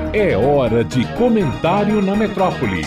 É hora de comentário na Metrópole.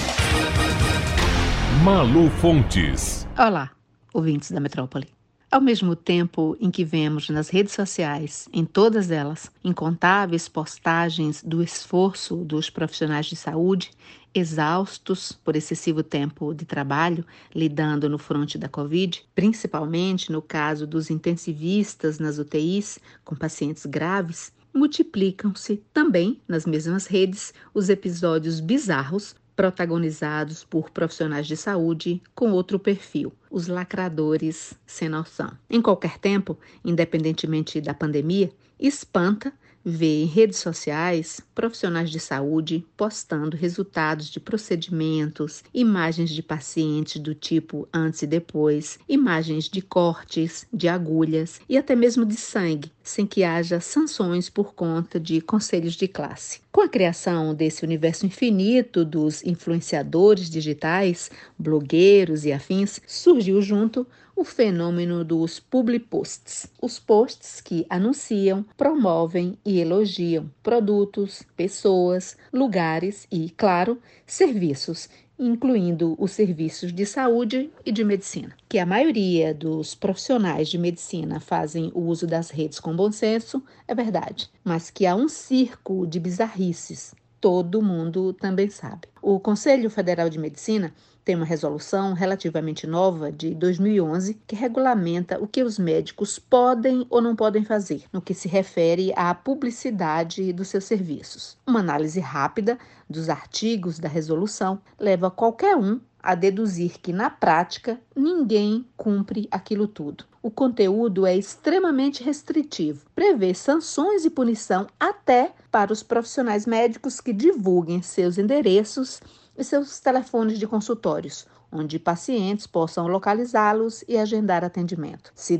Malu Fontes. Olá, ouvintes da Metrópole. Ao mesmo tempo em que vemos nas redes sociais, em todas elas, incontáveis postagens do esforço dos profissionais de saúde, exaustos por excessivo tempo de trabalho, lidando no fronte da Covid, principalmente no caso dos intensivistas nas UTIs, com pacientes graves, multiplicam-se também nas mesmas redes os episódios bizarros protagonizados por profissionais de saúde com outro perfil, os lacradores sem noção. Em qualquer tempo, independentemente da pandemia, espanta ver em redes sociais profissionais de saúde postando resultados de procedimentos, imagens de pacientes do tipo antes e depois, imagens de cortes, de agulhas e até mesmo de sangue, sem que haja sanções por conta de conselhos de classe. Com a criação desse universo infinito dos influenciadores digitais, blogueiros e afins, surgiu junto o fenômeno dos public posts, os posts que anunciam, promovem e elogiam produtos, pessoas, lugares e, claro, serviços, incluindo os serviços de saúde e de medicina. Que a maioria dos profissionais de medicina fazem o uso das redes com bom senso, é verdade, mas que há um circo de bizarrices, todo mundo também sabe. O Conselho Federal de Medicina tem uma resolução relativamente nova de 2011 que regulamenta o que os médicos podem ou não podem fazer no que se refere à publicidade dos seus serviços. Uma análise rápida dos artigos da resolução leva qualquer um a deduzir que, na prática, ninguém cumpre aquilo tudo. O conteúdo é extremamente restritivo, prevê sanções e punição até para os profissionais médicos que divulguem seus endereços e seus telefones de consultórios, onde pacientes possam localizá-los e agendar atendimento. Se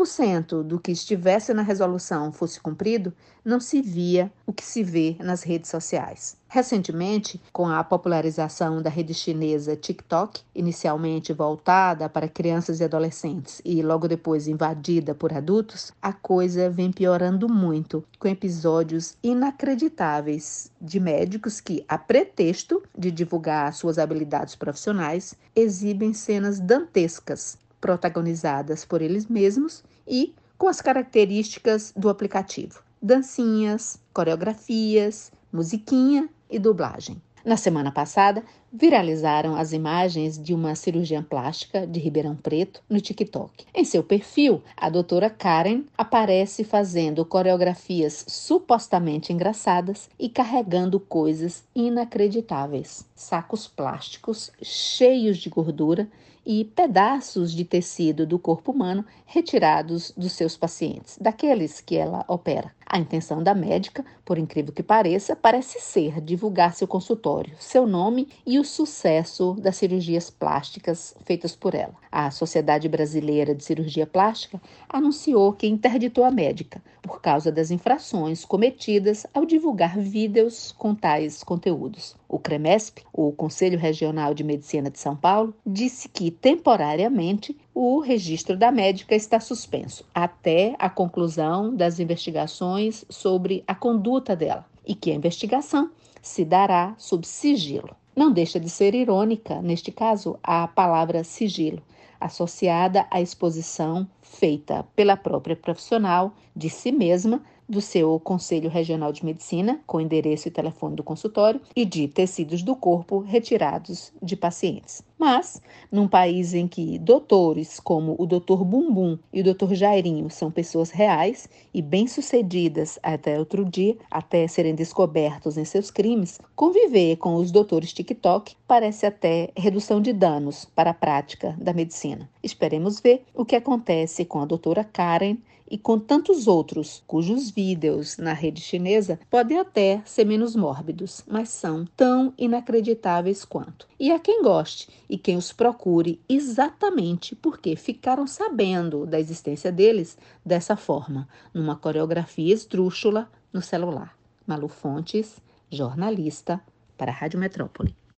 10% do que estivesse na resolução fosse cumprido, não se via o que se vê nas redes sociais. Recentemente, com a popularização da rede chinesa TikTok, inicialmente voltada para crianças e adolescentes e logo depois invadida por adultos, a coisa vem piorando muito, com episódios inacreditáveis de médicos que, a pretexto de divulgar suas habilidades profissionais, exibem cenas dantescas, protagonizadas por eles mesmos e com as características do aplicativo: dancinhas, coreografias, musiquinha e dublagem. Na semana passada, viralizaram as imagens de uma cirurgiã plástica de Ribeirão Preto no TikTok. Em seu perfil, a doutora Karen aparece fazendo coreografias supostamente engraçadas e carregando coisas inacreditáveis. Sacos plásticos cheios de gordura e pedaços de tecido do corpo humano retirados dos seus pacientes, daqueles que ela opera. A intenção da médica, por incrível que pareça, parece ser divulgar seu consultório, seu nome e o sucesso das cirurgias plásticas feitas por ela. A Sociedade Brasileira de Cirurgia Plástica anunciou que interditou a médica por causa das infrações cometidas ao divulgar vídeos com tais conteúdos. O CREMESP, o Conselho Regional de Medicina de São Paulo, disse que, temporariamente, o registro da médica está suspenso até a conclusão das investigações sobre a conduta dela e que a investigação se dará sob sigilo. Não deixa de ser irônica, neste caso, a palavra sigilo, associada à exposição feita pela própria profissional de si mesma, do seu Conselho Regional de Medicina, com endereço e telefone do consultório, e de tecidos do corpo retirados de pacientes. Mas, num país em que doutores como o Dr. Bumbum e o Dr. Jairinho são pessoas reais e bem-sucedidas até outro dia, até serem descobertos em seus crimes, conviver com os doutores TikTok parece até redução de danos para a prática da medicina. Esperemos ver o que acontece com a doutora Karen e com tantos outros, cujos vídeos na rede chinesa podem até ser menos mórbidos, mas são tão inacreditáveis quanto. E a quem goste e quem os procure exatamente porque ficaram sabendo da existência deles dessa forma, numa coreografia esdrúxula no celular. Malu Fontes, jornalista, para a Rádio Metrópole.